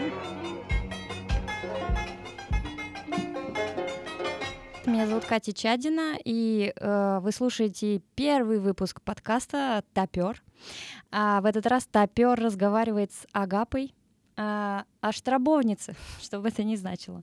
Меня зовут Катя Чадина, и вы слушаете первый выпуск подкаста «Топёр». В этот раз топёр разговаривает с Агапой о штробовнице, что бы это ни значило.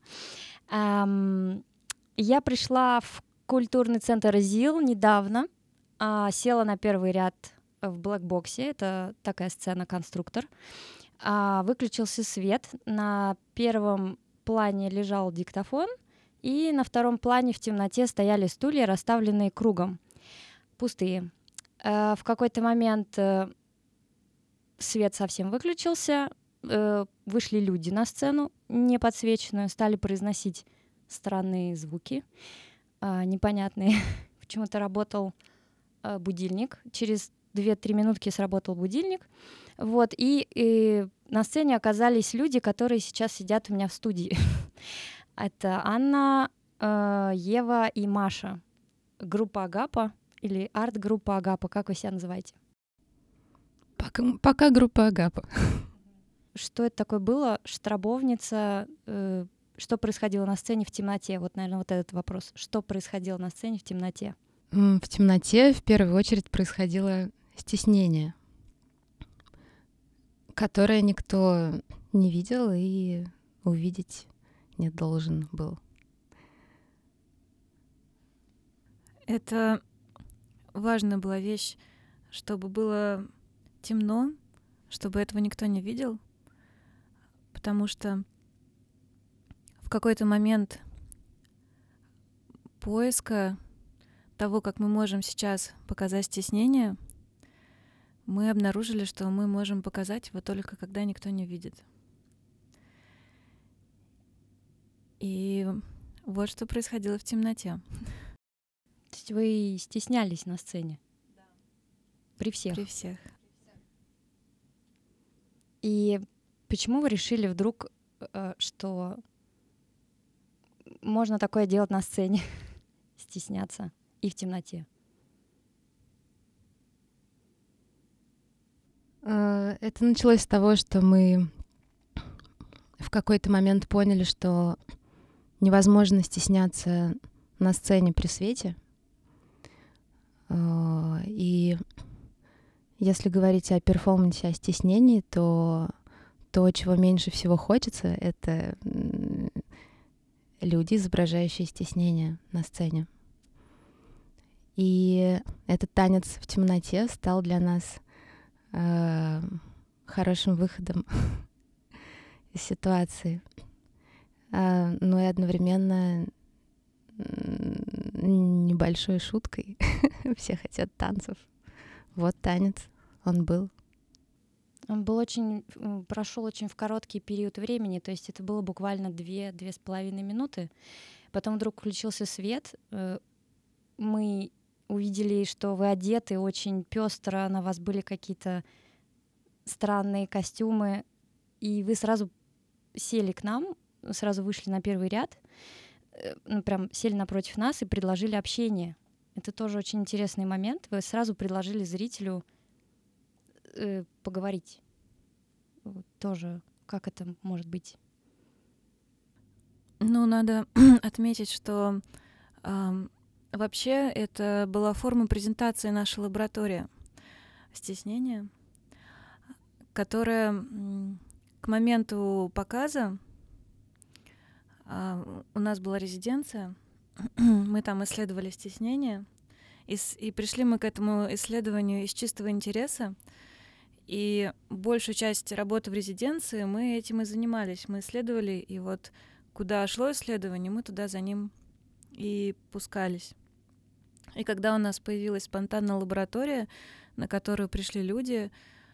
Я пришла в культурный центр ЗИЛ недавно, села на первый ряд в блэкбоксе, это такая сцена-конструктор. Выключился свет, на первом плане лежал диктофон, и на втором плане в темноте стояли стулья, расставленные кругом, пустые. В какой-то момент свет совсем выключился, вышли люди на сцену, не подсвеченную, стали произносить странные звуки, непонятные. Почему-то работал будильник, через 2-3 минутки сработал будильник. Вот, и на сцене оказались люди, которые сейчас сидят у меня в студии. Это Анна, Ева и Маша. Группа Агапа или арт-группа Агапа, как вы себя называете? Пока группа Агапа. Что это такое было? Штробовница. Что происходило на сцене в темноте? Вот, наверное, вот этот вопрос. Что происходило на сцене в темноте? В темноте в первую очередь происходило стеснение, которое никто не видел и увидеть не должен был. Это важная была вещь, чтобы было темно, чтобы этого никто не видел, потому что в какой-то момент поиска того, как мы можем сейчас показать стеснение, мы обнаружили, что мы можем показать его только когда никто не видит. И вот что происходило в темноте. То есть вы стеснялись на сцене? Да. При всех? При всех. И почему вы решили вдруг, что можно такое делать на сцене, стесняться и в темноте? Это началось с того, что мы в какой-то момент поняли, что невозможно стесняться на сцене при свете. И если говорить о перформансе, о стеснении, то чего меньше всего хочется, это люди, изображающие стеснение на сцене. И этот танец в темноте стал для нас хорошим выходом из ситуации, но и одновременно небольшой шуткой. Все хотят танцев. Вот танец, он был. Он был прошел очень в короткий период времени, то есть это было буквально 2-2,5 минуты. Потом вдруг включился свет, мы увидели, что вы одеты очень пестро, на вас были какие-то странные костюмы, и вы сразу сели к нам, сразу вышли на первый ряд, прям сели напротив нас и предложили общение. Это тоже очень интересный момент. Вы сразу предложили зрителю поговорить. Вот тоже, как это может быть? Ну, надо отметить, что вообще это была форма презентации нашей лаборатории стеснения, которая к моменту показа у нас была резиденция, мы там исследовали стеснение, и пришли мы к этому исследованию из чистого интереса, и большую часть работы в резиденции мы этим и занимались, мы исследовали, и вот куда шло исследование, мы туда за ним и пускались. И когда у нас появилась спонтанная лаборатория, на которую пришли люди,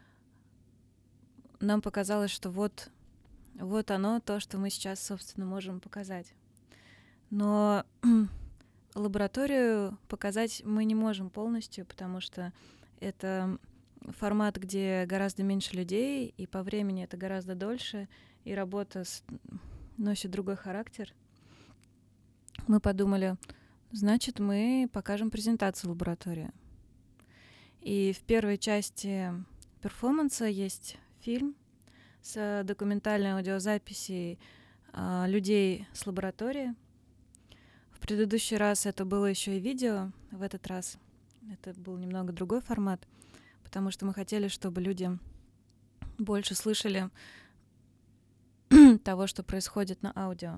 нам показалось, что вот оно, то, что мы сейчас, собственно, можем показать. Но лабораторию показать мы не можем полностью, потому что это формат, где гораздо меньше людей, и по времени это гораздо дольше, и работа носит другой характер. Мы подумали, значит, мы покажем презентацию лаборатории. И в первой части перформанса есть фильм с документальной аудиозаписей людей с лаборатории. В предыдущий раз это было еще и видео, в этот раз это был немного другой формат, потому что мы хотели, чтобы люди больше слышали того, что происходит на аудио.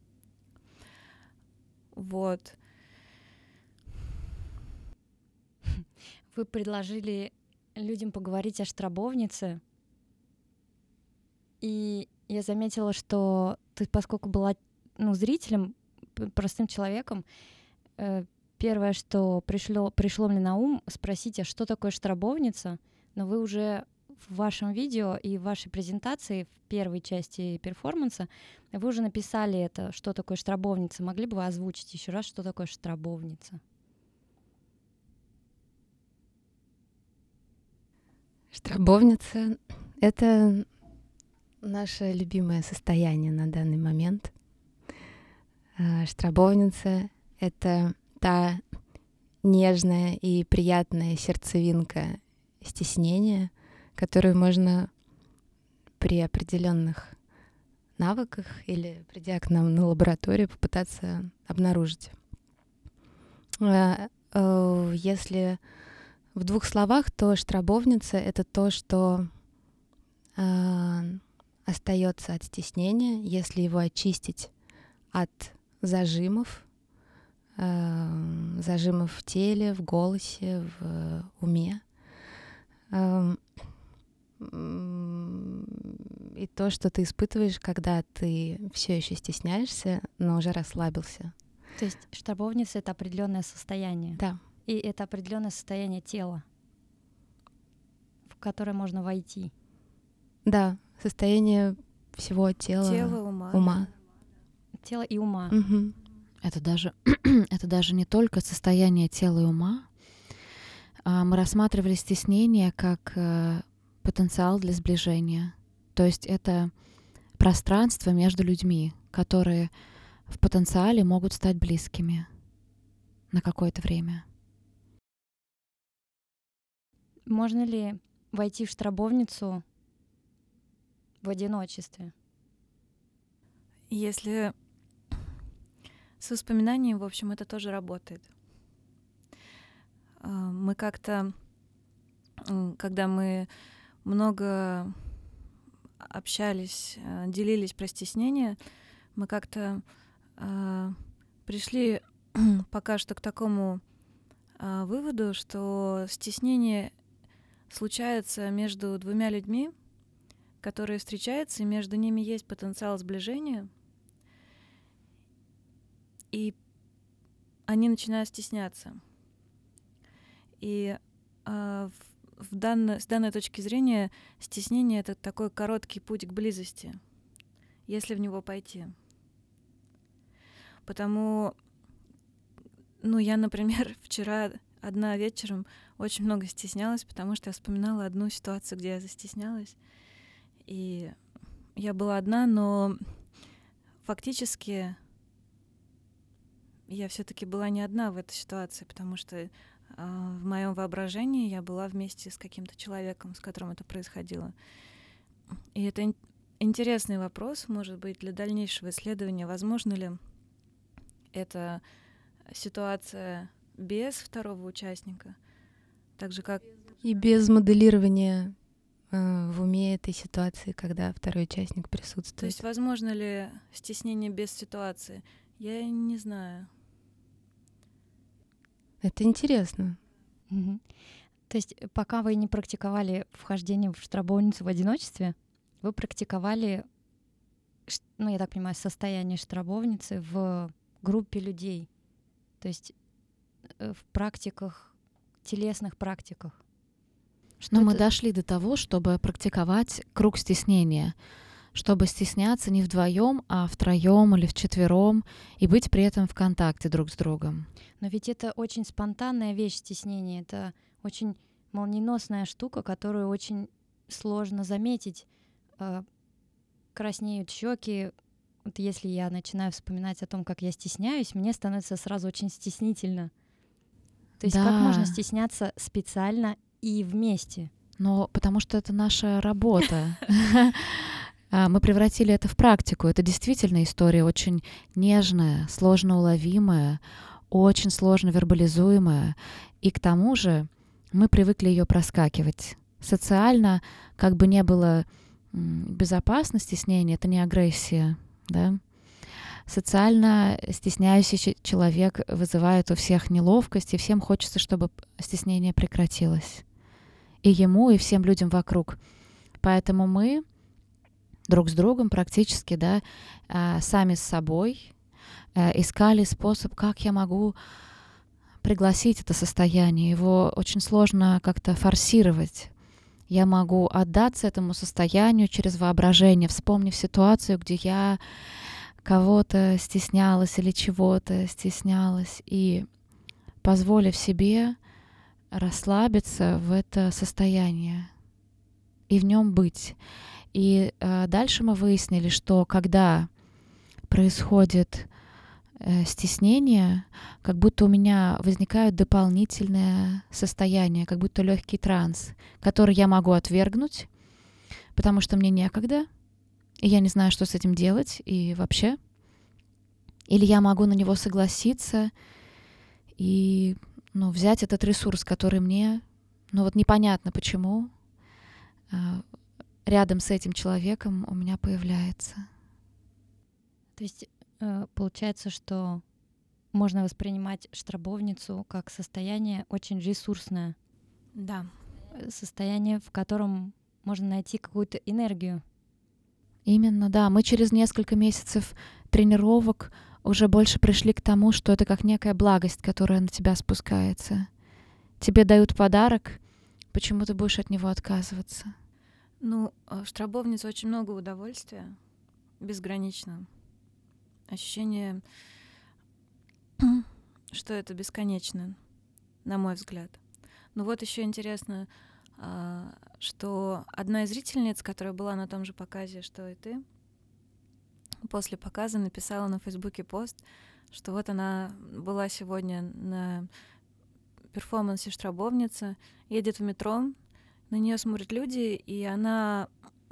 Вот. Вы предложили людям поговорить о штробовнице, и я заметила, что ты, поскольку была зрителем, простым человеком, первое, что пришло мне на ум, спросить, а что такое штробовница? Но вы уже в вашем видео и в вашей презентации, в первой части перформанса, вы уже написали это, что такое штробовница. Могли бы вы озвучить еще раз, что такое штробовница? Штробовница — это наше любимое состояние на данный момент. Штробовница — это та нежная и приятная сердцевинка стеснения, которую можно при определенных навыках или придя к нам на лабораторию попытаться обнаружить. Если в 2 словах, то штробовница — это то, что остается от стеснения, если его очистить от зажимов в теле, в голосе, в уме. И то, что ты испытываешь, когда ты все еще стесняешься, но уже расслабился. То есть штробовница — это определенное состояние. Да. И это определенное состояние тела, в которое можно войти. Да, состояние всего тела, ума. Тело и ума. Угу. Это даже не только состояние тела и ума. Мы рассматривали стеснение как потенциал для сближения. То есть это пространство между людьми, которые в потенциале могут стать близкими на какое-то время. Можно ли войти в штробовницу в одиночестве? Если с воспоминанием, в общем, это тоже работает. Мы как-то, когда мы много общались, делились про стеснение, мы как-то пришли пока что к такому выводу, что стеснение случается между 2 людьми, которые встречаются, и между ними есть потенциал сближения, и они начинают стесняться. И с данной точки зрения стеснение — это такой короткий путь к близости, если в него пойти. Потому, я, например, вчера одна вечером очень много стеснялась, потому что я вспоминала одну ситуацию, где я застеснялась. И я была одна, но фактически я все-таки была не одна в этой ситуации, потому что в моем воображении я была вместе с каким-то человеком, с которым это происходило. И это интересный вопрос, может быть, для дальнейшего исследования. Возможно ли эта ситуация без второго участника, так же как... И без моделирования в уме этой ситуации, когда второй участник присутствует. То есть возможно ли стеснение без ситуации? Я не знаю. Это интересно. Угу. То есть пока вы не практиковали вхождение в штробовницу в одиночестве, вы практиковали, я так понимаю, состояние штробовницы в группе людей. То есть в практиках, телесных практиках. Но мы дошли до того, чтобы практиковать круг стеснения, чтобы стесняться не вдвоем, а втроем или вчетвером, и быть при этом в контакте друг с другом. Но ведь это очень спонтанная вещь, стеснение. Это очень молниеносная штука, которую очень сложно заметить. Краснеют щеки. Вот если я начинаю вспоминать о том, как я стесняюсь, мне становится сразу очень стеснительно. То есть как можно стесняться специально и вместе? Но потому что это наша работа. мы превратили это в практику. Это действительно история очень нежная, сложно уловимая, очень сложно вербализуемая. И к тому же мы привыкли ее проскакивать. Социально, как бы не было безопасности стеснения, это не агрессия, да? Социально стесняющийся человек вызывает у всех неловкость, и всем хочется, чтобы стеснение прекратилось. И ему, и всем людям вокруг. Поэтому мы друг с другом практически, да, сами с собой искали способ, как я могу пригласить это состояние. Его очень сложно как-то форсировать. Я могу отдаться этому состоянию через воображение, вспомнив ситуацию, где я кого-то стеснялась или чего-то стеснялась, и позволив себе расслабиться в это состояние и в нем быть. И дальше мы выяснили, что когда происходит стеснение, как будто у меня возникают дополнительные состояния, как будто легкий транс, который я могу отвергнуть, потому что мне некогда, и я не знаю, что с этим делать, и вообще. Или я могу на него согласиться и взять этот ресурс, который мне, непонятно почему, рядом с этим человеком у меня появляется. То есть получается, что можно воспринимать штробовницу как состояние очень ресурсное. Да. Состояние, в котором можно найти какую-то энергию. Именно, да. Мы через несколько месяцев тренировок уже больше пришли к тому, что это как некая благость, которая на тебя спускается. Тебе дают подарок, почему ты будешь от него отказываться? В штробовнице очень много удовольствия, безгранично. Ощущение, что это бесконечно, на мой взгляд. Еще интересно, что одна из зрительниц, которая была на том же показе, что и ты, после показа написала на Фейсбуке пост, что вот она была сегодня на перформансе «Штробовница», едет в метро, на нее смотрят люди, и она,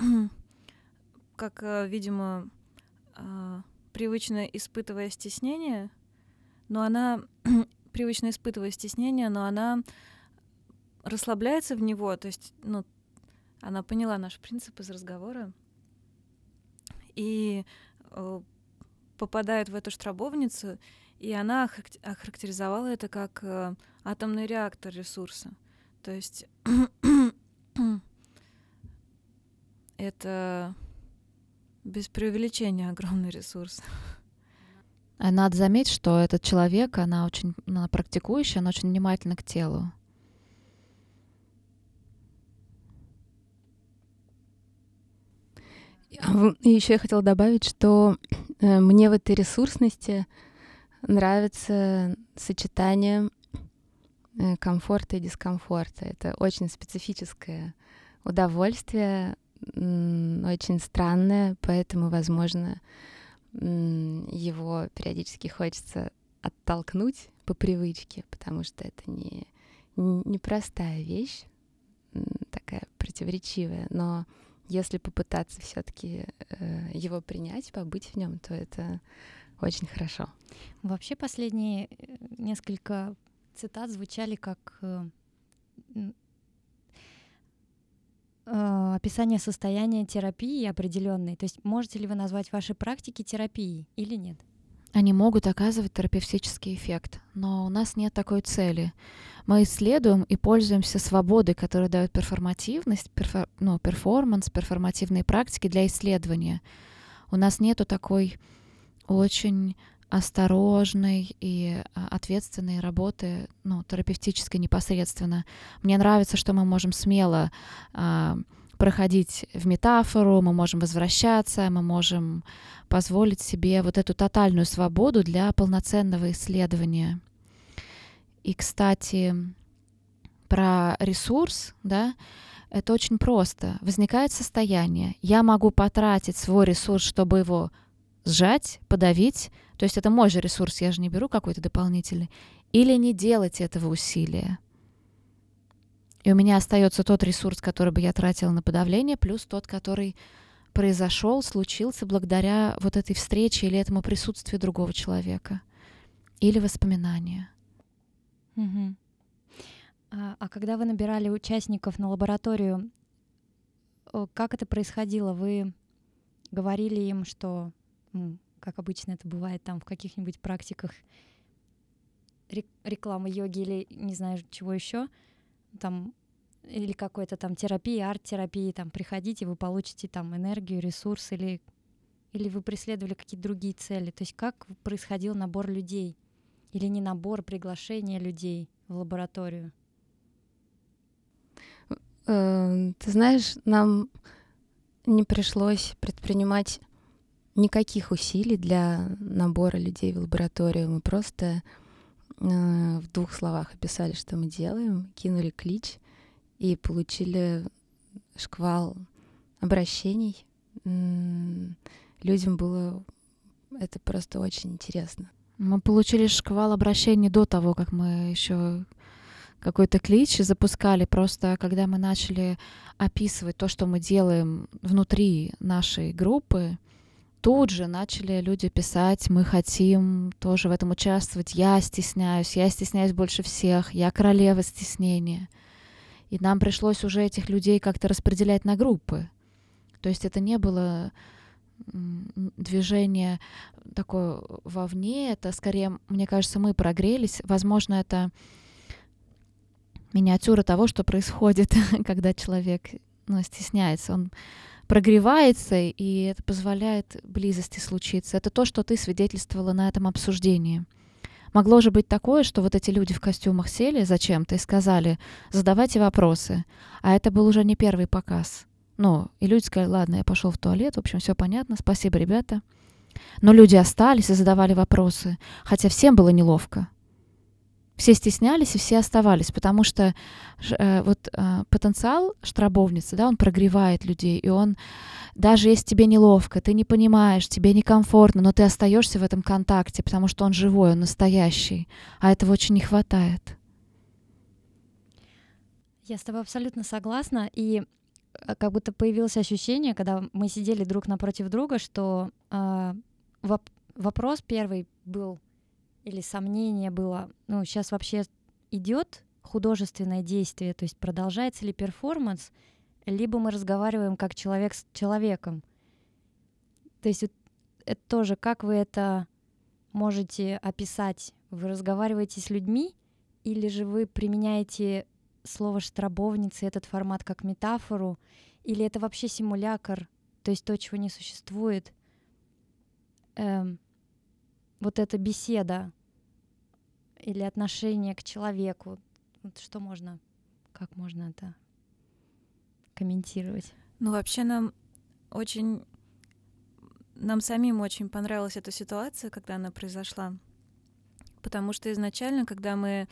как, видимо, привычно испытывая стеснение, но она расслабляется в него, то есть, она поняла наш принцип из разговора и попадает в эту штробовницу, и она охарактеризовала это как атомный реактор ресурса. То есть это без преувеличения огромный ресурс. Надо заметить, что этот человек, она практикующая, она очень внимательна к телу. И еще я хотела добавить, что мне в этой ресурсности нравится сочетание комфорта и дискомфорта. Это очень специфическое удовольствие, очень странное, поэтому, возможно, его периодически хочется оттолкнуть по привычке, потому что это не простая вещь, такая противоречивая, но если попытаться все-таки его принять, побыть в нем, то это очень хорошо. Вообще последние несколько цитат звучали как описание состояния терапии определенной. То есть можете ли вы назвать ваши практики терапией или нет? Они могут оказывать терапевтический эффект, но у нас нет такой цели. Мы исследуем и пользуемся свободой, которая дает перформативность, перформанс, перформативные практики для исследования. У нас нету такой очень осторожной и ответственной работы, терапевтической непосредственно. Мне нравится, что мы можем смело проходить в метафору, мы можем возвращаться, мы можем позволить себе вот эту тотальную свободу для полноценного исследования. И, кстати, про ресурс, да, это очень просто. Возникает состояние. Я могу потратить свой ресурс, чтобы его сжать, подавить. То есть это мой же ресурс, я же не беру какой-то дополнительный. Или не делать этого усилия. И у меня остается тот ресурс, который бы я тратила на подавление, плюс тот, который произошел, случился благодаря вот этой встрече или этому присутствию другого человека или воспоминания. Мгм. А когда вы набирали участников на лабораторию, как это происходило? Вы говорили им, что, как обычно это бывает там в каких-нибудь практиках рекламы йоги или не знаю чего еще, там или какой-то там терапии, арт-терапии, там приходите, вы получите там энергию, ресурс, или вы преследовали какие-то другие цели? То есть как происходил набор людей? Или не набор, приглашение людей в лабораторию? Ты знаешь, нам не пришлось предпринимать никаких усилий для набора людей в лабораторию. Мы просто в 2 словах описали, что мы делаем, кинули клич и получили шквал обращений. Людям было это просто очень интересно. Мы получили шквал обращений до того, как мы еще какой-то клич запускали. Просто когда мы начали описывать то, что мы делаем внутри нашей группы, тут же начали люди писать: мы хотим тоже в этом участвовать, я стесняюсь больше всех, я королева стеснения. И нам пришлось уже этих людей как-то распределять на группы. То есть это не было движение такое вовне, это скорее, мне кажется, мы прогрелись. Возможно, это миниатюра того, что происходит, когда человек стесняется. Он прогревается, и это позволяет близости случиться. Это то, что ты свидетельствовала на этом обсуждении. Могло же быть такое, что вот эти люди в костюмах сели зачем-то и сказали: задавайте вопросы. А это был уже не первый показ. И люди сказали: ладно, я пошел в туалет, в общем, все понятно, спасибо, ребята. Но люди остались и задавали вопросы, хотя всем было неловко. Все стеснялись и все оставались, потому что потенциал штробовницы, да, он прогревает людей, и он, даже если тебе неловко, ты не понимаешь, тебе некомфортно, но ты остаешься в этом контакте, потому что он живой, он настоящий, а этого очень не хватает. Я с тобой абсолютно согласна, и как будто появилось ощущение, когда мы сидели друг напротив друга, что вопрос первый был, или сомнение было: сейчас вообще идет художественное действие, то есть продолжается ли перформанс, либо мы разговариваем как человек с человеком. То есть это тоже, как вы это можете описать? Вы разговариваете с людьми, или же вы применяете слово «штробовница», этот формат как метафору, или это вообще симулякр, то есть то, чего не существует? Вот эта беседа или отношение к человеку, как можно это комментировать? Вообще нам самим очень понравилась эта ситуация, когда она произошла, потому что изначально, когда мы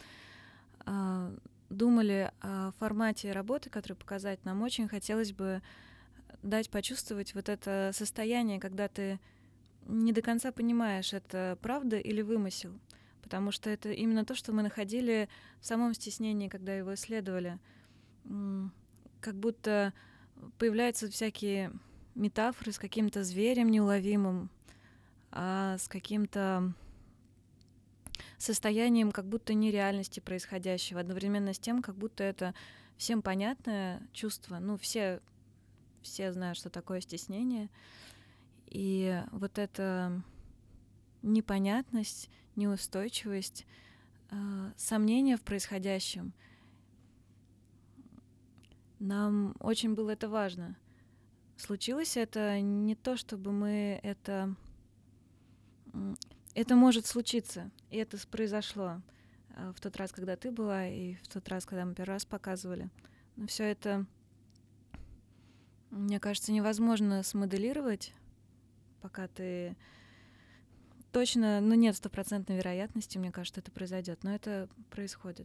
думали о формате работы, который показать, нам очень хотелось бы дать почувствовать вот это состояние, когда ты не до конца понимаешь, это правда или вымысел. Потому что это именно то, что мы находили в самом стеснении, когда его исследовали. Как будто появляются всякие метафоры с каким-то зверем неуловимым, с каким-то состоянием как будто нереальности происходящего, одновременно с тем, как будто это всем понятное чувство. Все знают, что такое стеснение. И вот эта непонятность, неустойчивость, сомнения в происходящем, нам очень было это важно. Случилось это не то, чтобы мы это... Это может случиться, и это произошло в тот раз, когда ты была, и в тот раз, когда мы первый раз показывали. Но все это, мне кажется, невозможно смоделировать, пока ты точно, нет 100% вероятности, мне кажется, это произойдет, но это происходит.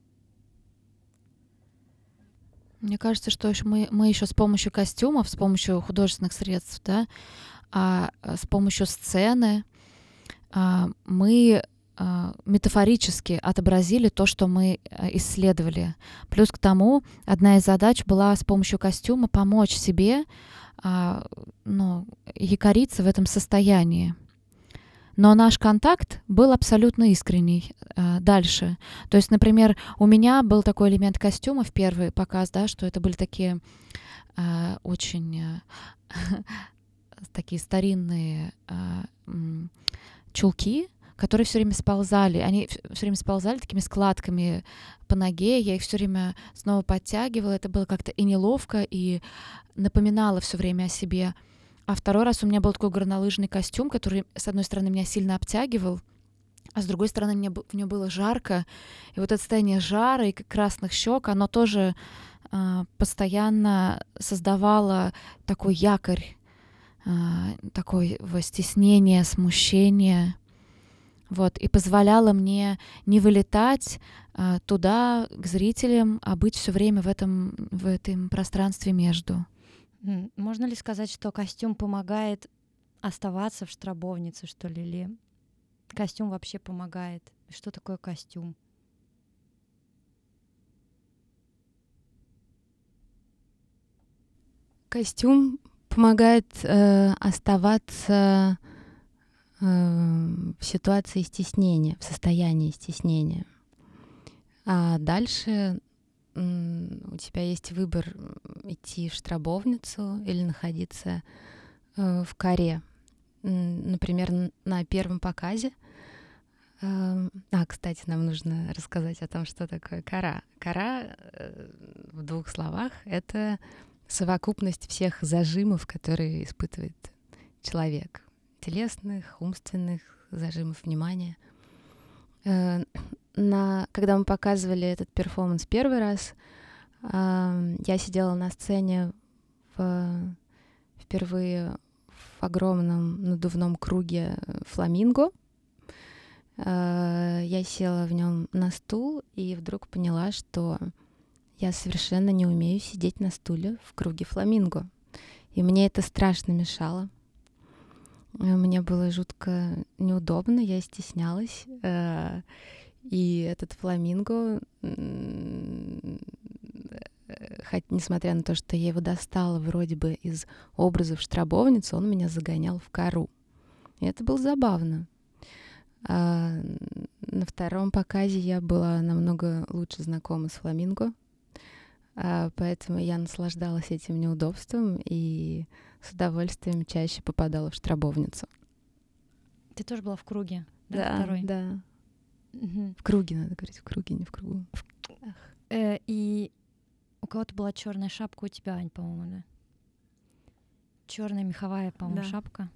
Мне кажется, что мы еще с помощью костюмов, с помощью художественных средств, да, с помощью сцены мы метафорически отобразили то, что мы исследовали. Плюс к тому, одна из задач была с помощью костюма помочь себе якориться в этом состоянии. Но наш контакт был абсолютно искренний дальше. То есть, например, у меня был такой элемент костюма в первый показ, да, что это были такие очень такие старинные чулки, которые все время сползали. Они все время сползали такими складками по ноге. Я их все время снова подтягивала. Это было как-то и неловко, и напоминало все время о себе. А второй раз у меня был такой горнолыжный костюм, который, с одной стороны, меня сильно обтягивал, а с другой стороны, мне в нем было жарко. И вот это состояние жара и красных щек, оно тоже постоянно создавало такой якорь, такое стеснение, смущение. Вот, и позволяло мне не вылетать туда, к зрителям, а быть все время в этом пространстве между. Можно ли сказать, что костюм помогает оставаться в Штробовнице, что ли? Или костюм вообще помогает? Что такое костюм? Костюм помогает оставаться в ситуации стеснения, в состоянии стеснения. А дальше у тебя есть выбор идти в Штробовницу или находиться в Каре. Например, на первом показе. Кстати, нам нужно рассказать о том, что такое Кара. Кара, в 2 словах, это совокупность всех зажимов, которые испытывает человек. Телесных, умственных, зажимов внимания. Когда мы показывали этот перформанс первый раз, я сидела на сцене впервые в огромном надувном круге фламинго. Я села в нем на стул и вдруг поняла, что я совершенно не умею сидеть на стуле в круге фламинго. И мне это страшно мешало. Мне было жутко неудобно, я стеснялась. И этот фламинго, несмотря на то, что я его достала вроде бы из образов Штробовницы, он меня загонял в Кару. И это было забавно. На втором показе я была намного лучше знакома с фламинго, поэтому я наслаждалась этим неудобством и с удовольствием чаще попадала в Штробовницу. Ты тоже была в круге, да? Второй? Да. Угу. В круге, надо говорить, в круге, не в кругу. И у кого-то была черная шапка, у тебя, Ань, по-моему, да? Черная меховая, по-моему, шапка.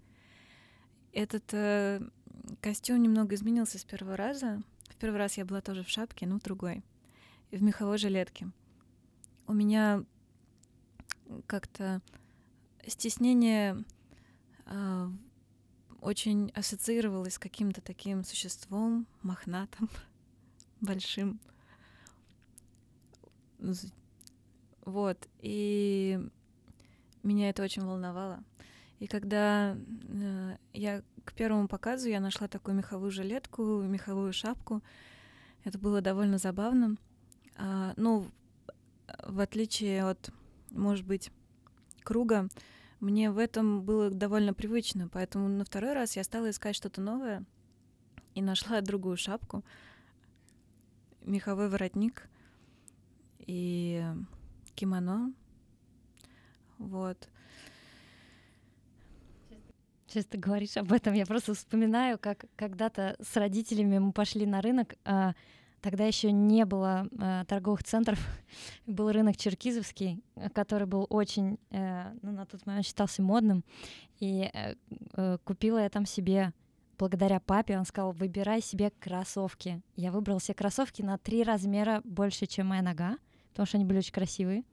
Этот костюм немного изменился с первого раза. В первый раз я была тоже в шапке, но в другой. И в меховой жилетке. У меня как-то стеснение очень ассоциировалось с каким-то таким существом мохнатым, большим. Вот. И меня это очень волновало. И когда я к первому показу я нашла такую меховую жилетку, меховую шапку, это было довольно забавно. В отличие от, может быть, круга, мне в этом было довольно привычно, поэтому на второй раз я стала искать что-то новое и нашла другую шапку, меховой воротник и кимоно. Вот. Сейчас ты говоришь об этом, я просто вспоминаю, как когда-то с родителями мы пошли на рынок, тогда еще не было торговых центров, был рынок Черкизовский, который был очень, на тот момент считался модным, и купила я там себе, благодаря папе, он сказал, выбирай себе кроссовки. Я выбрала себе кроссовки на 3 размера больше, чем моя нога, потому что они были очень красивые.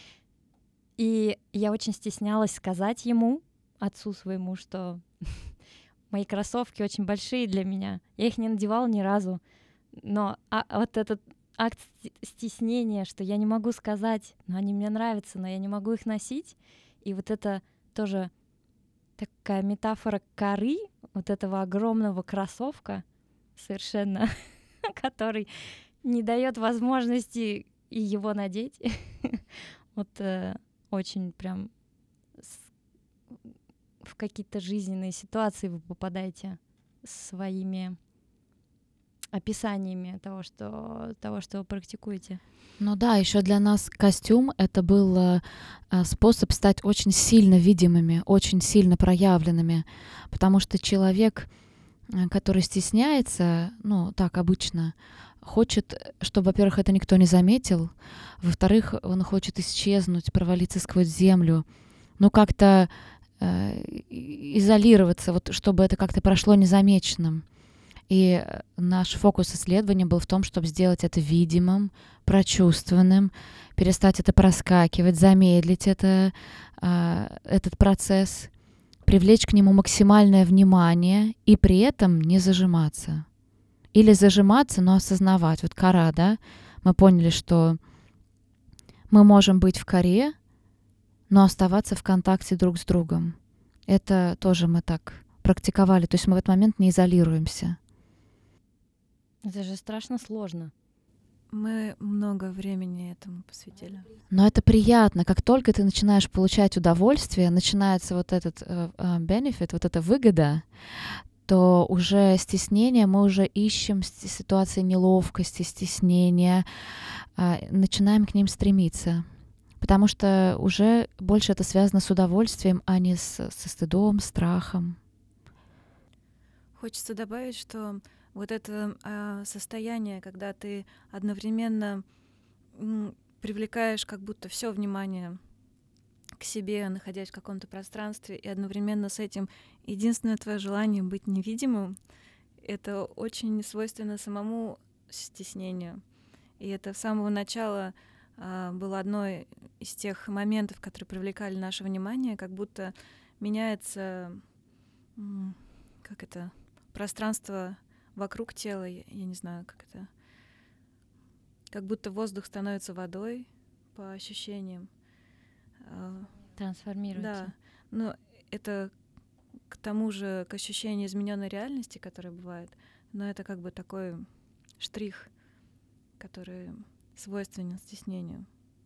И я очень стеснялась сказать ему, отцу своему, что мои кроссовки очень большие для меня. Я их не надевала ни разу. Но вот этот акт стеснения, что я не могу сказать, но они мне нравятся, но я не могу их носить. И вот это тоже такая метафора коры, вот этого огромного кроссовка, совершенно, который не дает возможности и его надеть. Вот очень прям в какие-то жизненные ситуации вы попадаете своими описаниями того, что вы практикуете. Ну да, еще для нас костюм — это был способ стать очень сильно видимыми, очень сильно проявленными, потому что человек, который стесняется, ну так обычно, хочет, чтобы, во-первых, это никто не заметил, во-вторых, он хочет исчезнуть, провалиться сквозь землю, ну как-то изолироваться, вот чтобы это как-то прошло незамеченным. И наш фокус исследования был в том, чтобы сделать это видимым, прочувствованным, перестать это проскакивать, замедлить этот процесс, привлечь к нему максимальное внимание и при этом не зажиматься. Или зажиматься, но осознавать. Вот кора, да? Мы поняли, что мы можем быть в коре, но оставаться в контакте друг с другом. Это тоже мы так практиковали. То есть мы в этот момент не изолируемся. Это же страшно сложно. Мы много времени этому посвятили. Но это приятно. Как только ты начинаешь получать удовольствие, начинается вот этот benefit, вот эта выгода, то уже стеснение, мы уже ищем ситуации неловкости, стеснения, начинаем к ним стремиться. Потому что уже больше это связано с удовольствием, а не со стыдом, страхом. Хочется добавить, что вот это состояние, когда ты одновременно привлекаешь как будто все внимание к себе, находясь в каком-то пространстве, и одновременно с этим единственное твое желание быть невидимым, это очень свойственно самому стеснению. И это с самого начала было одно из тех моментов, которые привлекали наше внимание, как будто меняется пространство вокруг тела, я не знаю, как это, как будто воздух становится водой по ощущениям. Трансформируется. Да, но это к тому же к ощущению измененной реальности, которая бывает, но это как бы такой штрих, который свойственен стеснению.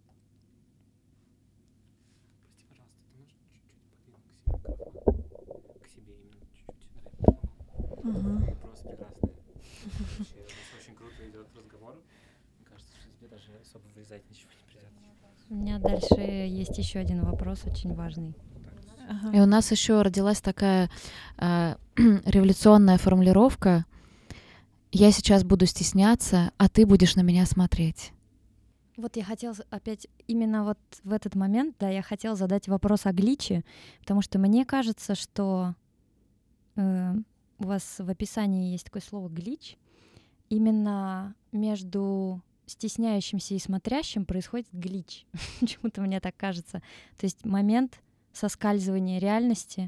Прости, пожалуйста, ты можешь чуть-чуть подвинуть к себе именно чуть-чуть? Просто прекрасно. У нас очень круто идет разговор. Мне кажется, что тебе даже особо вырезать ничего не придется. У меня дальше есть еще один вопрос, очень важный. И у нас еще родилась такая революционная формулировка: «Я сейчас буду стесняться, а ты будешь на меня смотреть». Вот я хотела опять именно вот в этот момент, да, я хотела задать вопрос о гличе, потому что мне кажется, что у вас в описании есть такое слово «глич». Именно между стесняющимся и смотрящим происходит глич. Почему-то мне так кажется. То есть момент соскальзывания реальности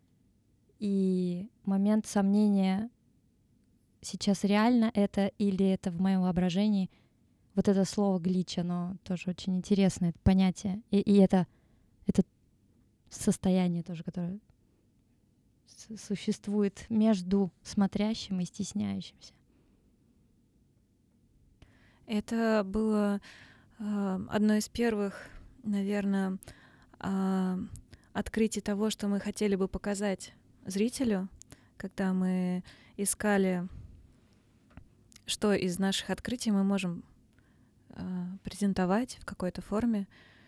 и момент сомнения, сейчас реально это или это в моем воображении. Вот это слово «глич», оно тоже очень интересное, это понятие. И это состояние тоже, которое существует между смотрящим и стесняющимся. Это было одно из первых, наверное, открытий того, что мы хотели бы показать зрителю, когда мы искали, что из наших открытий мы можем презентовать в какой-то форме.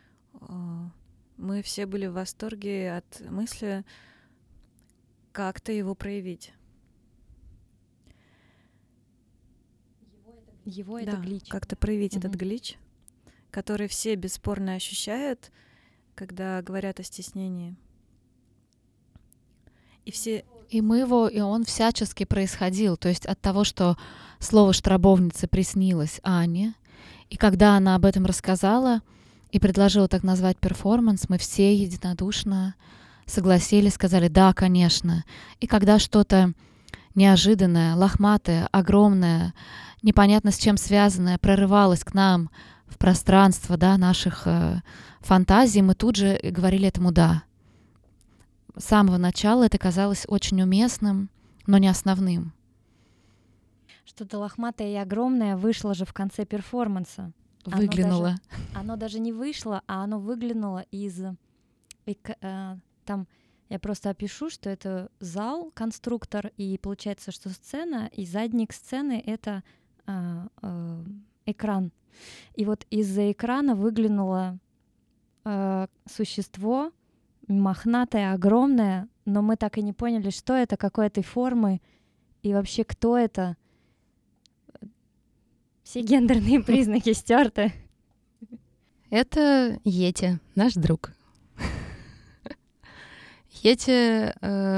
Мы все были в восторге от мысли как-то его проявить. Его это глич. Как-то проявить этот глич, который все бесспорно ощущают, когда говорят о стеснении. И он всячески происходил. То есть от того, что слово «штробовница» приснилось Ане, и когда она об этом рассказала и предложила так назвать перформанс, мы все единодушно согласились, сказали «да, конечно». И когда что-то неожиданное, лохматое, огромное, непонятно с чем связанное прорывалось к нам в пространство, да, наших фантазий, мы тут же говорили этому «да». С самого начала это казалось очень уместным, но не основным. что-то лохматое и огромное вышло же в конце перформанса. Выглянула. Оно даже не вышло, а оно выглянуло из... Там я просто опишу, что это зал, конструктор, и получается, что сцена, и задник сцены — это экран. И вот из-за экрана выглянуло существо, мохнатое, огромное, но мы так и не поняли, что это, какой этой формы, и вообще кто это. Все гендерные признаки стерты. Это Йети, наш друг. Йети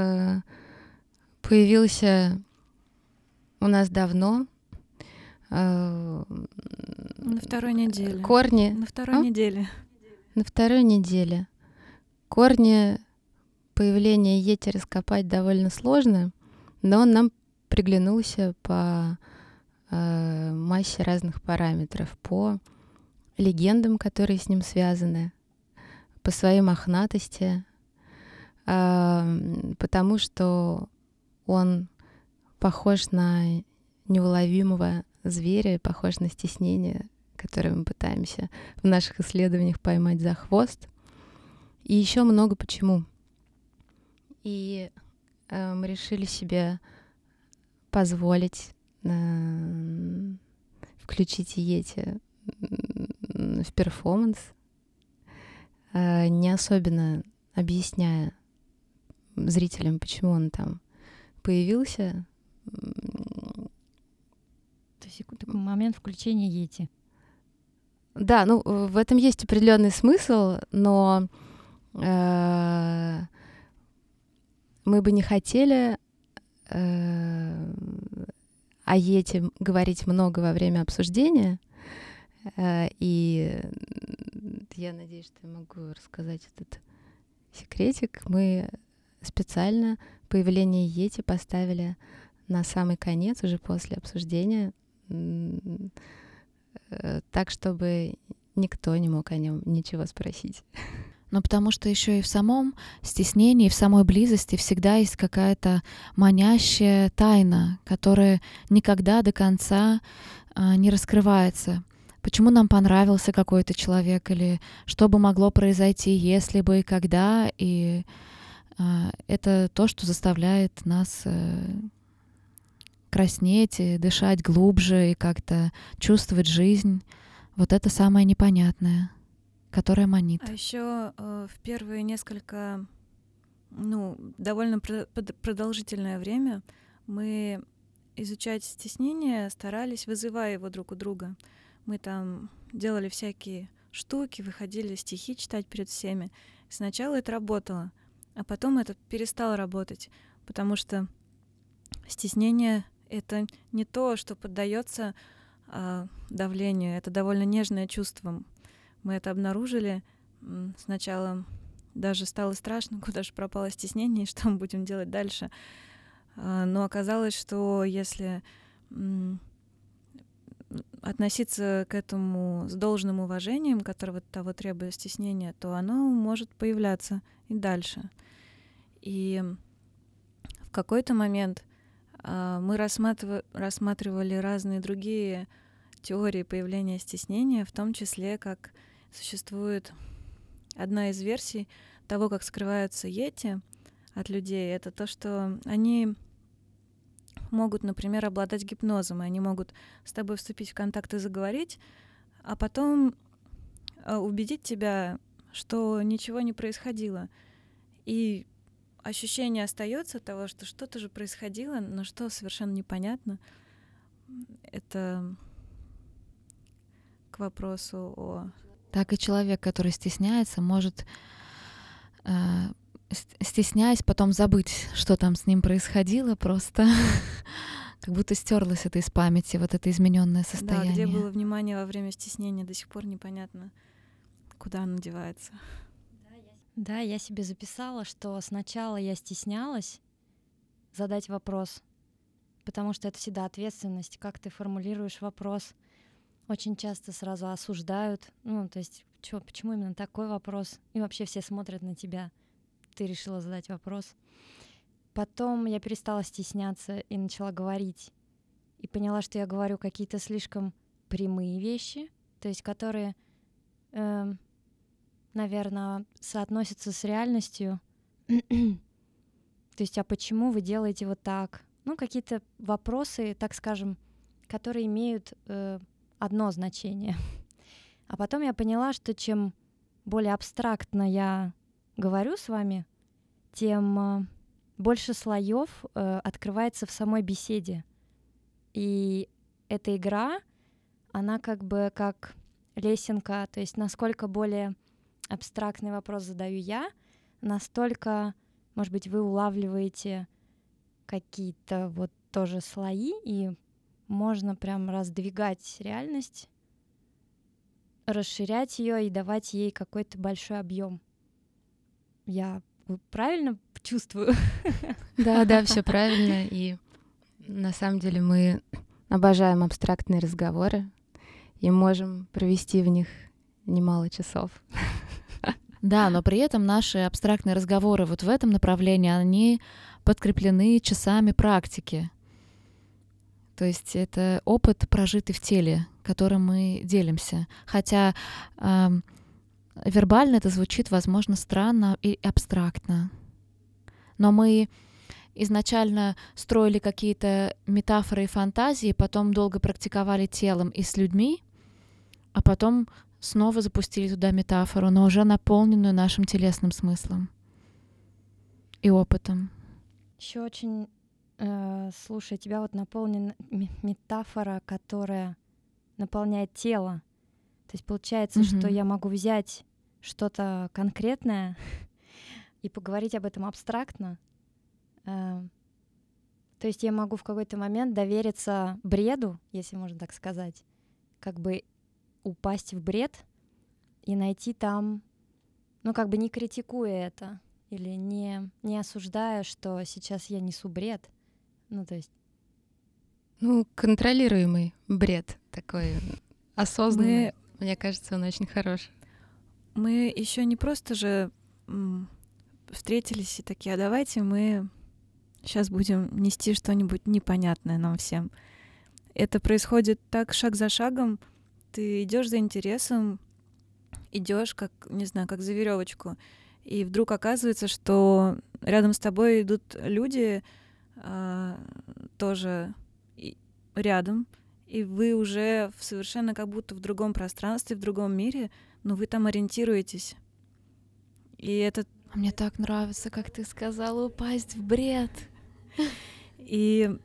появился у нас давно. На второй неделе. Корни. На второй неделе. На второй неделе. Корни появления Йети раскопать довольно сложно, но он нам приглянулся по массе разных параметров, по легендам, которые с ним связаны, по своей мохнатости, потому что он похож на неуловимого зверя, похож на стеснение, которое мы пытаемся в наших исследованиях поймать за хвост. И еще много почему. И мы решили себе позволить включить Йети в перформанс, не особенно объясняя зрителям, почему он там появился. То есть такой момент включения Йети. Да, ну в этом есть определенный смысл, но мы бы не хотели о Йети говорить много во время обсуждения, и я надеюсь, что я могу рассказать этот секретик. Мы специально появление Йети поставили на самый конец, уже после обсуждения, так, чтобы никто не мог о нем ничего спросить. Но потому что еще и в самом стеснении, в самой близости всегда есть какая-то манящая тайна, которая никогда до конца не раскрывается. Почему нам понравился какой-то человек, или что бы могло произойти, если бы и когда. И это то, что заставляет нас краснеть, и дышать глубже, и как-то чувствовать жизнь. Вот это самое непонятное, которое манит. А еще в первые несколько, довольно продолжительное время мы изучать стеснение старались, вызывая его друг у друга. Мы там делали всякие штуки, выходили стихи читать перед всеми. Сначала это работало, а потом это перестало работать, потому что стеснение — это не то, что поддается давлению, это довольно нежное чувство. Мы это обнаружили. Сначала даже стало страшно, куда же пропало стеснение и что мы будем делать дальше. Но оказалось, что если относиться к этому с должным уважением, которого того требует стеснение, то оно может появляться и дальше. И в какой-то момент мы рассматривали разные другие теории появления стеснения, в том числе, как существует одна из версий того, как скрываются йети от людей. Это то, что они могут, например, обладать гипнозом, и они могут с тобой вступить в контакт и заговорить, а потом убедить тебя, что ничего не происходило. И ощущение остается того, что что-то же происходило, но что совершенно непонятно. Это к вопросу о... Так и человек, который стесняется, может, стесняясь, потом забыть, что там с ним происходило, просто как будто стерлось это из памяти, вот это измененное состояние. Да, где было внимание во время стеснения, до сих пор непонятно, куда оно девается. Да, я себе записала, что сначала я стеснялась задать вопрос, потому что это всегда ответственность, как ты формулируешь вопрос. Очень часто сразу осуждают, то есть почему именно такой вопрос? И вообще все смотрят на тебя. Ты решила задать вопрос. Потом я перестала стесняться и начала говорить. и поняла, что я говорю какие-то слишком прямые вещи, то есть которые, наверное, соотносятся с реальностью. То есть, а почему вы делаете вот так? Ну, какие-то вопросы, так скажем, которые имеют одно значение. А потом я поняла, что чем более абстрактно я говорю с вами, тем больше слоев открывается в самой беседе. И эта игра, она как бы как лесенка, то есть насколько более абстрактный вопрос задаю я, настолько, может быть, вы улавливаете какие-то вот тоже слои, и можно прям раздвигать реальность, расширять ее и давать ей какой-то большой объем. Я правильно чувствую? Да, все правильно. И на самом деле мы обожаем абстрактные разговоры и можем провести в них немало часов. Да, но при этом наши абстрактные разговоры вот в этом направлении, они подкреплены часами практики. То есть это опыт, прожитый в теле, которым мы делимся. Хотя вербально это звучит, возможно, странно и абстрактно. Но мы изначально строили какие-то метафоры и фантазии, потом долго практиковали телом и с людьми, а потом снова запустили туда метафору, но уже наполненную нашим телесным смыслом и опытом. Еще очень, слушай, тебя вот наполнена метафора, которая наполняет тело. То есть получается, что я могу взять что-то конкретное и поговорить об этом абстрактно. То есть я могу в какой-то момент довериться бреду, если можно так сказать, как бы упасть в бред и найти там, ну как бы не критикуя это или не осуждая, что сейчас я несу бред. Ну то есть... Ну, контролируемый бред такой, осознанный. Мне кажется, он очень хорош. Мы еще не просто же встретились и такие, а давайте мы сейчас будем нести что-нибудь непонятное нам всем. Это происходит так шаг за шагом. Ты идешь за интересом, идешь как, не знаю, как за веревочку, и вдруг оказывается, что рядом с тобой идут люди тоже рядом, и вы уже совершенно как будто в другом пространстве, в другом мире, но вы там ориентируетесь. И это... Мне так нравится, как ты сказала, упасть в бред. И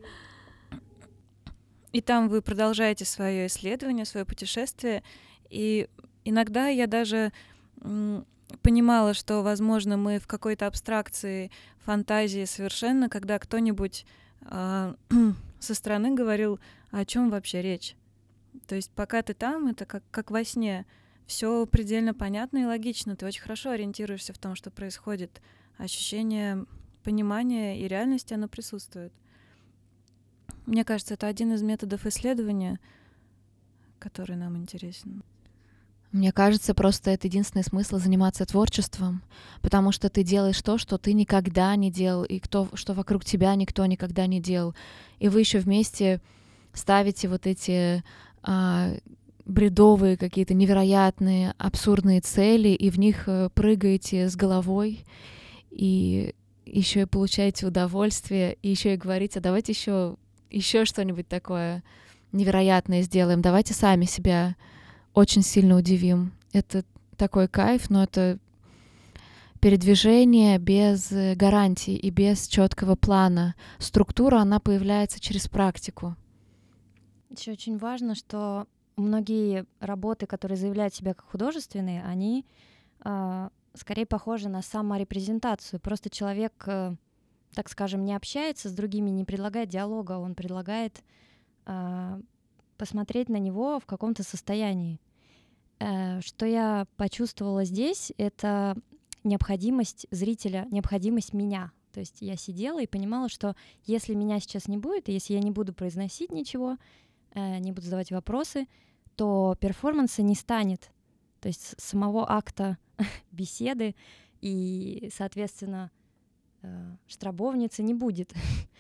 там вы продолжаете свое исследование, свое путешествие. И иногда я даже понимала, что, возможно, мы в какой-то абстракции, фантазии совершенно, когда кто-нибудь со стороны говорил, о чем вообще речь. То есть пока ты там, это как во сне. Все предельно понятно и логично. Ты очень хорошо ориентируешься в том, что происходит. Ощущение понимания и реальности, оно присутствует. Мне кажется, это один из методов исследования, который нам интересен. Мне кажется, просто это единственный смысл заниматься творчеством, потому что ты делаешь то, что ты никогда не делал, и что вокруг тебя никто никогда не делал. И вы еще вместе ставите вот эти бредовые какие-то невероятные, абсурдные цели, и в них прыгаете с головой, и еще и получаете удовольствие, и еще и говорите, а давайте еще что-нибудь такое невероятное сделаем, давайте сами себя очень сильно удивим. Это такой кайф, но это передвижение без гарантий и без четкого плана. Структура, она появляется через практику. Еще очень важно, что многие работы, которые заявляют себя как художественные, они скорее похожи на саморепрезентацию. Просто человек, так скажем, не общается с другими, не предлагает диалога, он предлагает посмотреть на него в каком-то состоянии. Что я почувствовала здесь, это необходимость зрителя, необходимость меня. То есть я сидела и понимала, что если меня сейчас не будет, и если я не буду произносить ничего, не буду задавать вопросы, то перформанса не станет. То есть самого акта беседы и, соответственно, штробовницы не будет.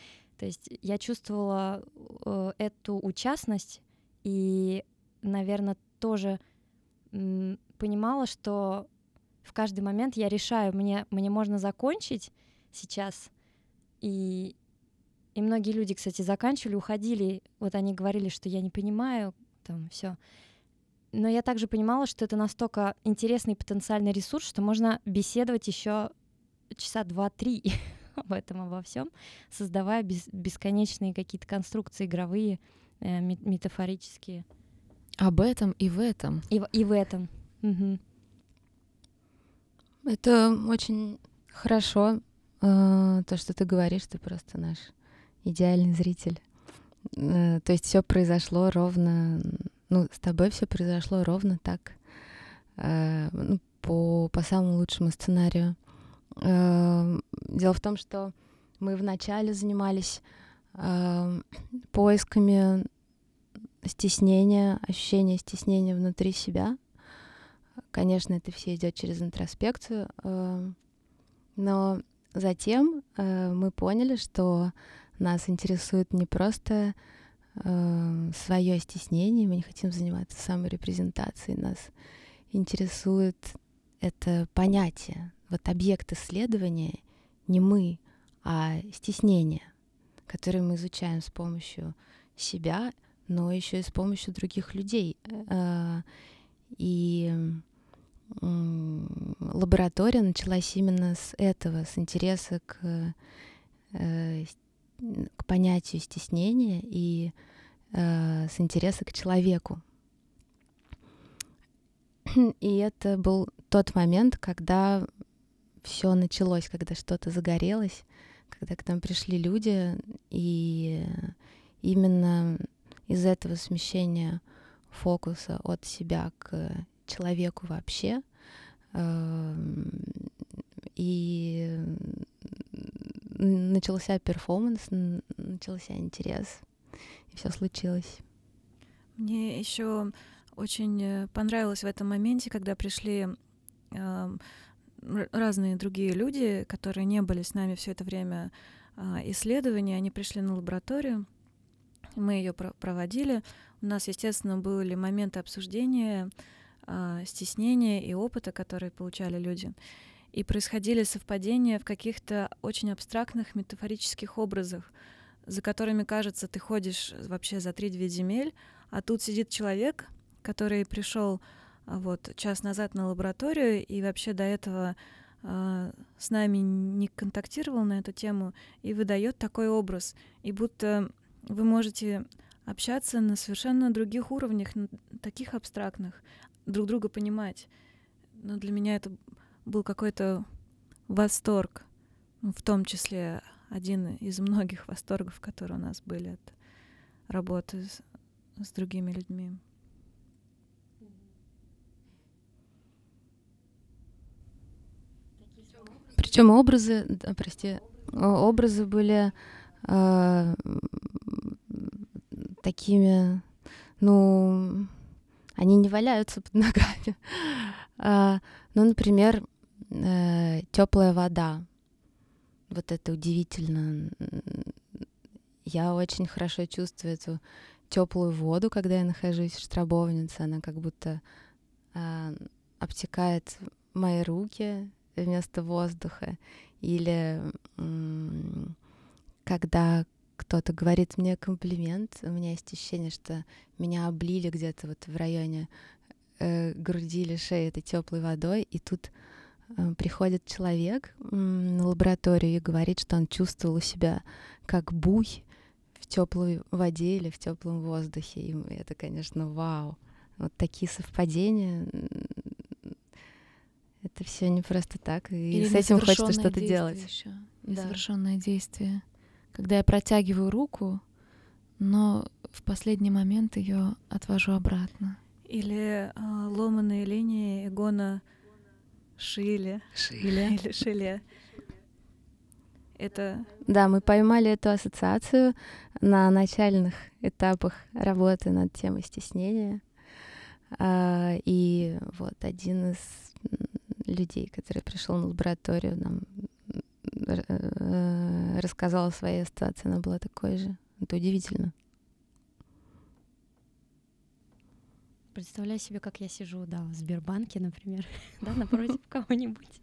То есть я чувствовала эту участность и, наверное, тоже понимала, что в каждый момент я решаю, мне можно закончить сейчас. И многие люди, кстати, заканчивали, уходили. Вот они говорили, что я не понимаю, там все. Но я также понимала, что это настолько интересный потенциальный ресурс, что можно беседовать еще часа 2-3 об этом, обо всем, создавая бесконечные какие-то конструкции игровые, метафорические. Об этом и в этом. И в этом. Угу. Это очень хорошо, то, что ты говоришь, ты просто наш идеальный зритель. То есть все произошло ровно, с тобой все произошло ровно так, по самому лучшему сценарию. Дело в том, что мы вначале занимались поисками стеснения, ощущения стеснения внутри себя. Конечно, это все идет через интроспекцию, но затем мы поняли, что нас интересует не просто свое стеснение, мы не хотим заниматься саморепрезентацией, нас интересует это понятие, вот объект исследования не мы, а стеснение, которое мы изучаем с помощью себя, но еще и с помощью других людей. И лаборатория началась именно с этого, с интереса к понятию стеснения и с интереса к человеку. И это был тот момент, когда все началось, когда что-то загорелось, когда к нам пришли люди, и именно из этого смещения фокуса от себя к человеку вообще, и начался перформанс, начался интерес, и все случилось. Мне еще очень понравилось в этом моменте, когда пришли разные другие люди, которые не были с нами все это время исследования, они пришли на лабораторию, мы ее проводили. У нас, естественно, были моменты обсуждения, стеснения и опыта, которые получали люди. И происходили совпадения в каких-то очень абстрактных метафорических образах, за которыми, кажется, ты ходишь вообще за 3-9 земель, а тут сидит человек, который пришел час назад на лабораторию и вообще до этого с нами не контактировал на эту тему и выдает такой образ. И будто вы можете общаться на совершенно других уровнях, таких абстрактных, друг друга понимать. Но для меня это был какой-то восторг, в том числе один из многих восторгов, которые у нас были от работы с другими людьми. Причем образы были такими, они не валяются под ногами. Например, теплая вода. Вот это удивительно. Я очень хорошо чувствую эту теплую воду, когда я нахожусь в штробовнице. Она как будто обтекает мои руки вместо воздуха. Или когда кто-то говорит мне комплимент, у меня есть ощущение, что меня облили где-то вот в районе груди или шеи этой теплой водой, и тут приходит человек на лабораторию и говорит, что он чувствовал у себя как буй в теплой воде или в теплом воздухе. И это, конечно, вау. Вот такие совпадения. Это все не просто так. И или с этим хочется что-то делать. Несовершенное действие. Когда я протягиваю руку, но в последний момент ее отвожу обратно. Или ломаные линии Эгона Шиле. Или Шиле. Это... Да, мы поймали эту ассоциацию на начальных этапах работы над темой стеснения. И вот один из людей, который пришел на лабораторию, нам рассказала о своей ситуации, она была такой же. Это удивительно. Представляю себе, как я сижу, да, в Сбербанке, например, да, напротив кого-нибудь.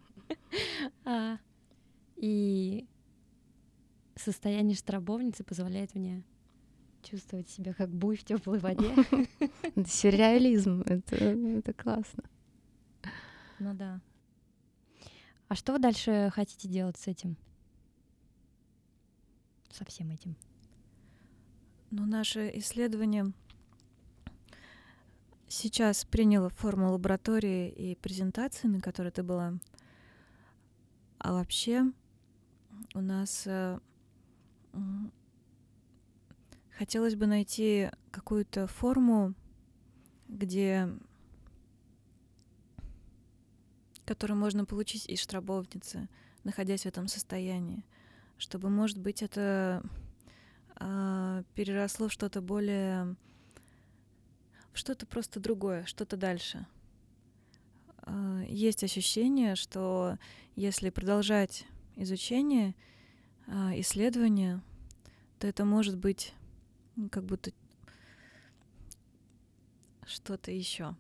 И состояние штробовницы позволяет мне чувствовать себя как буй в теплой воде. Это сюрреализм, это классно. Ну да. А что вы дальше хотите делать с этим? Со всем этим? Ну, наше исследование сейчас приняло форму лаборатории и презентации, на которой ты была. А вообще у нас хотелось бы найти какую-то форму, которую можно получить из штробовницы, находясь в этом состоянии, чтобы, может быть, это переросло в что-то более, в что-то просто другое, что-то дальше. Есть ощущение, что если продолжать изучение, исследование, то это может быть как будто что-то еще.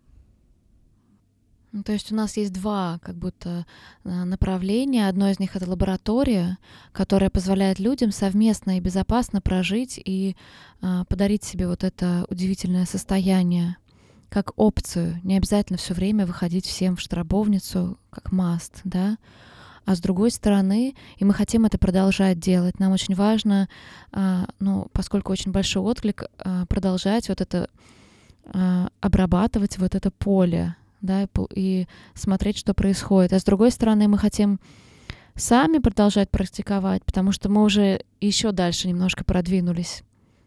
То есть у нас есть два как будто направления. Одно из них — это лаборатория, которая позволяет людям совместно и безопасно прожить и подарить себе вот это удивительное состояние как опцию. Не обязательно все время выходить всем в штробовницу как must, да? А с другой стороны, и мы хотим это продолжать делать, нам очень важно, поскольку очень большой отклик, продолжать вот это, обрабатывать вот это поле, да, и смотреть, что происходит. А с другой стороны, мы хотим сами продолжать практиковать, потому что мы уже еще дальше немножко продвинулись.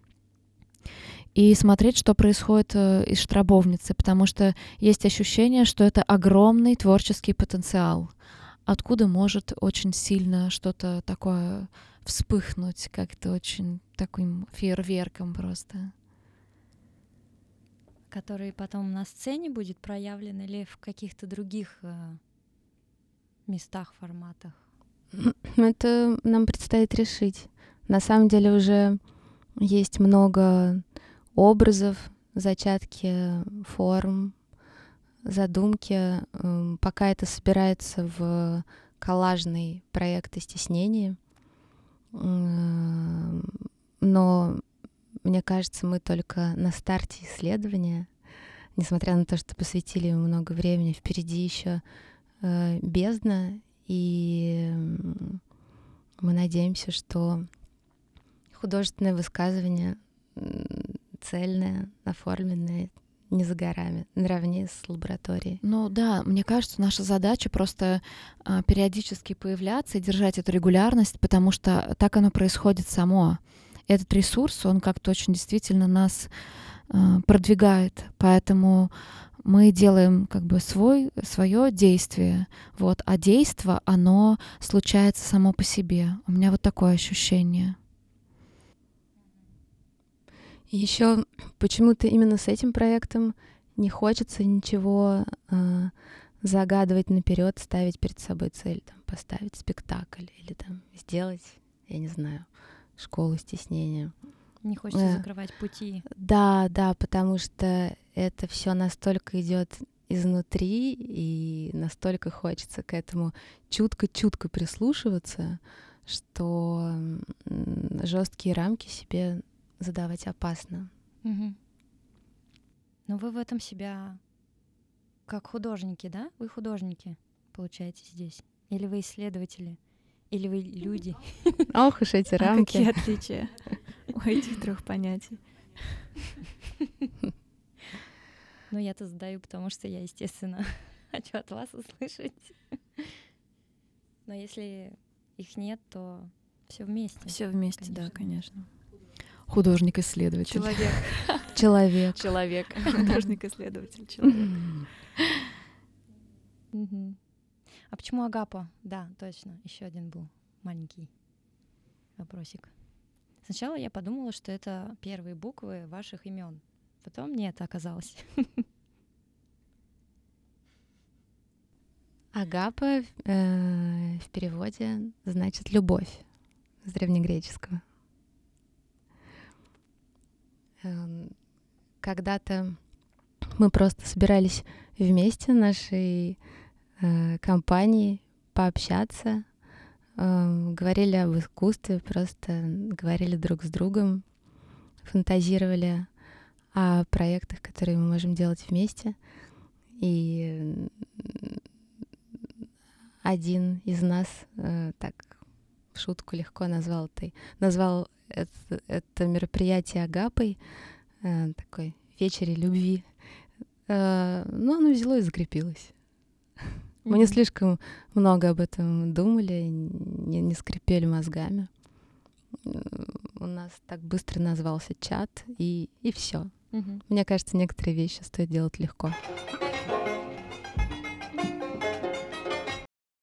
И смотреть, что происходит из штробовницы, потому что есть ощущение, что это огромный творческий потенциал, откуда может очень сильно что-то такое вспыхнуть, как-то очень таким фейерверком просто. Который потом на сцене будет проявлен или в каких-то других местах, форматах? Это нам предстоит решить. На самом деле уже есть много образов, зачатки форм, задумки. Пока это собирается в коллажный проект о стеснении. Но мне кажется, мы только на старте исследования, несмотря на то, что посвятили ему много времени, впереди еще бездна, и мы надеемся, что художественное высказывание цельное, оформленное, не за горами, наравне с лабораторией. Ну да, мне кажется, наша задача просто периодически появляться и держать эту регулярность, потому что так оно происходит само. Этот ресурс, он как-то очень действительно нас продвигает, поэтому мы делаем как бы свое действие, вот, а действо, оно случается само по себе. У меня вот такое ощущение. Еще почему-то именно с этим проектом не хочется ничего загадывать наперед, ставить перед собой цель, там, поставить спектакль или там сделать, я не знаю, школу стеснения. Не хочется закрывать пути. Да, потому что это все настолько идет изнутри, и настолько хочется к этому чутко прислушиваться, что жесткие рамки себе задавать опасно. Угу. Но вы в этом себя как художники, да? Вы художники, получаете, здесь? Или вы исследователи? Или вы люди? Ох уж эти рамки. Какие отличия у этих трех понятий? Ну, я-то задаю, потому что я, естественно, хочу от вас услышать. Но если их нет, то все вместе. Все вместе, да, конечно. Художник-исследователь. Человек. Художник-исследователь, человек. А почему Агапа? Да, точно. Еще один был маленький вопросик. Сначала я подумала, что это первые буквы ваших имен. Потом нет, оказалось. Агапа в переводе значит «любовь» с древнегреческого. Когда-то мы просто собирались вместе нашей компанией пообщаться, говорили об искусстве, просто говорили друг с другом, фантазировали о проектах, которые мы можем делать вместе. И один из нас так в шутку легко назвал это мероприятие Агапой, такой вечере любви. Но оно взяло и закрепилось. Мы не слишком много об этом думали, не скрипели мозгами. У нас так быстро назвался чат, и все. Мне кажется, некоторые вещи стоит делать легко.